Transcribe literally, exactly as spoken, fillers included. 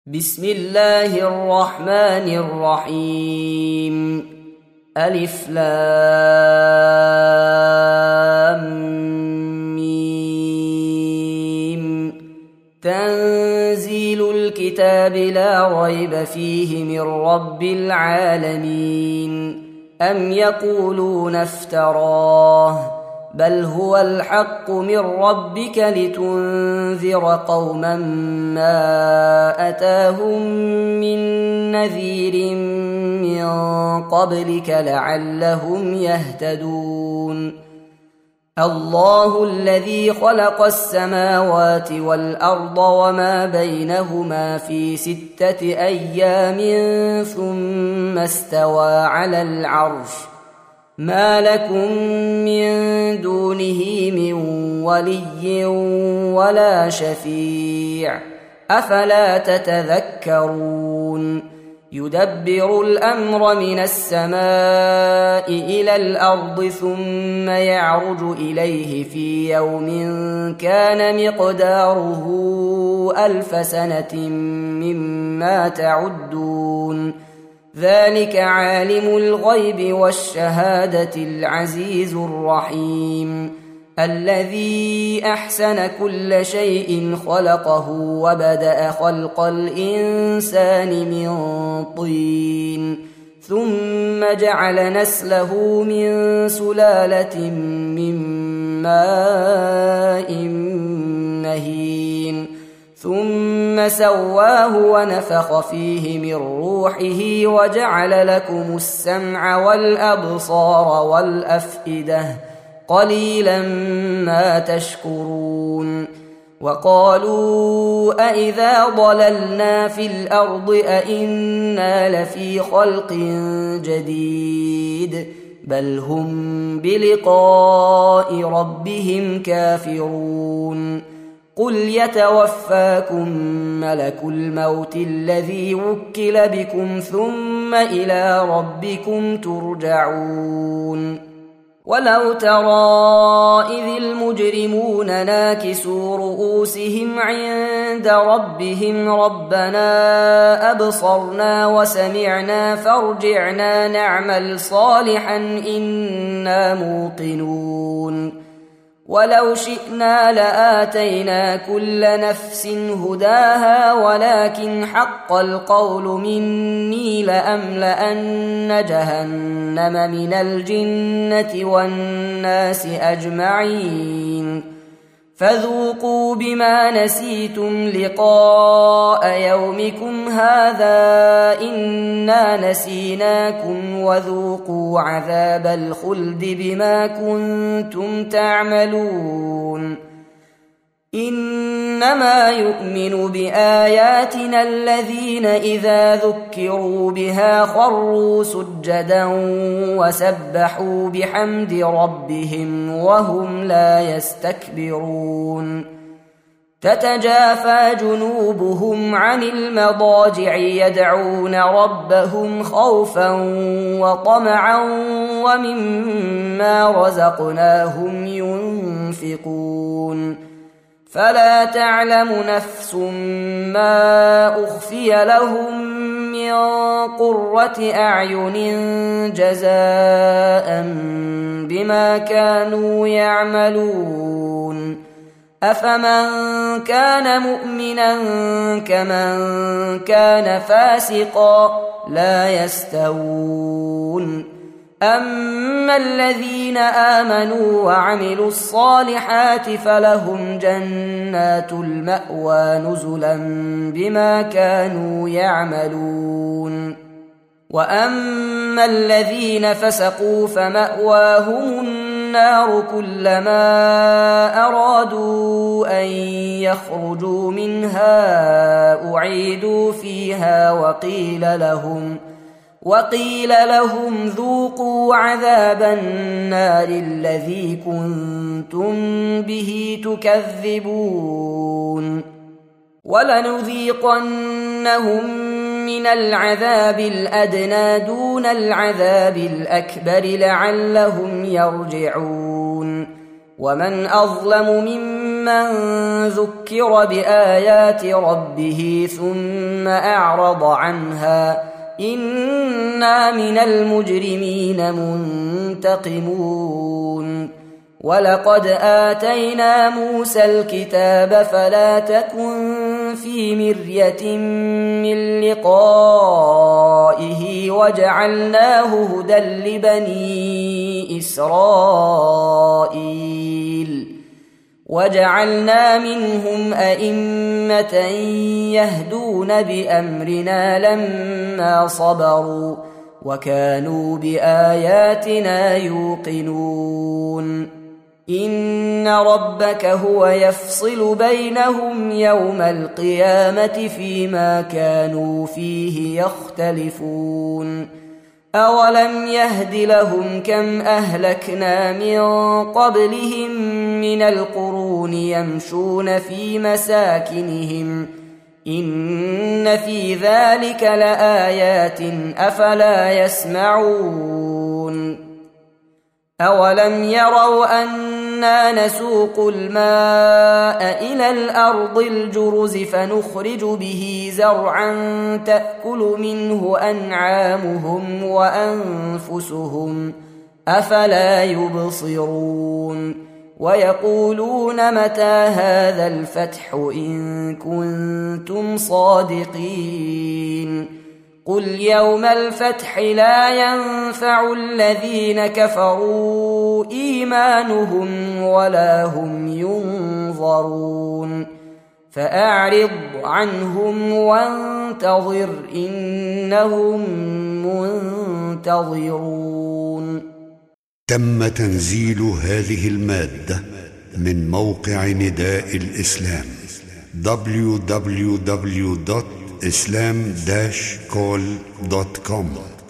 بسم الله الرحمن الرحيم. ألف لام ميم. تنزيل الكتاب لا ريب فيه من رب العالمين. أم يقولون افتراه بل هو الحق من ربك لتنذر قوما ما أتاهم من نذير من قبلك لعلهم يهتدون. الله الذي خلق السماوات والأرض وما بينهما في ستة أيام ثم استوى على العرش ما لكم من دونه من ولي ولا شفيع أفلا تتذكرون. يدبر الأمر من السماء إلى الأرض ثم يعرج إليه في يوم كان مقداره ألف سنة مما تعدون. ذلك عالم الغيب والشهادة العزيز الرحيم. الذي أحسن كل شيء خلقه وبدأ خلق الإنسان من طين ثم جعل نسله من سلالة من ماء مهين ثم سواه ونفخ فيه من روحه وجعل لكم السمع والأبصار والأفئدة قليلا ما تشكرون. وقالوا أإذا ضللنا في الأرض أإنا لفي خلق جديد بل هم بلقاء ربهم كافرون. قل يتوفاكم ملك الموت الذي وكل بكم ثم إلى ربكم ترجعون. ولو ترى إذ المجرمون ناكسوا رؤوسهم عند ربهم ربنا أبصرنا وسمعنا فارجعنا نعمل صالحا إنا موقنون. ولو شئنا لآتينا كل نفس هداها ولكن حق القول مني لأملأن جهنم من الجنة والناس أجمعين. فذوقوا بما نسيتم لقاء يومكم هذا إنا نسيناكم وذوقوا عذاب الخلد بما كنتم تعملون. إنما يؤمن بآياتنا الذين إذا ذكروا بها خروا سجدا وسبحوا بحمد ربهم وهم لا يستكبرون. تتجافى جنوبهم عن المضاجع يدعون ربهم خوفا وطمعا ومما رزقناهم ينفقون. فلا تعلم نفس ما أخفي لهم من قرة أعين جزاء بما كانوا يعملون. أفمن كان مؤمنا كمن كان فاسقا لا يستوون. أما الذين آمنوا وعملوا الصالحات فلهم جنات المأوى نزلا بما كانوا يعملون. وأما الذين فسقوا فمأواهم النار كلما أرادوا أن يخرجوا منها أعيدوا فيها وقيل لهم وقيل لهم ذوقوا عذاب النار الذي كنتم به تكذبون. ولنذيقنهم من العذاب الأدنى دون العذاب الأكبر لعلهم يرجعون. ومن أظلم ممن من ذكر بآيات ربه ثم أعرض عنها إنا من المجرمين منتقمون ولقد آتينا موسى الكتاب فلا تكن في مرية من لقائه وجعلناه هدى لبني إسرائيل وجعلنا منهم أئمة يهدون بأمرنا لما صبروا وكانوا بآياتنا يوقنون إن ربك هو يفصل بينهم يوم القيامة فيما كانوا فيه يختلفون أولم يهد لهم كم أهلكنا من قبلهم من القرون يمشون في مساكنهم إن في ذلك لآيات أفلا يسمعون أولم يروا أنا نسوق الماء إلى الأرض الجرز فنخرج به زرعا تأكل منه أنعامهم وأنفسهم أفلا يبصرون ويقولون متى هذا الفتح إن كنتم صادقين قل يوم الفتح لا ينفع الذين كفروا إيمانهم ولا هم ينظرون فأعرض عنهم وانتظر إنهم منتظرون. تم تنزيل هذه المادة من موقع نداء الإسلام دبليو دبليو دبليو دوت islam dash call دوت كوم.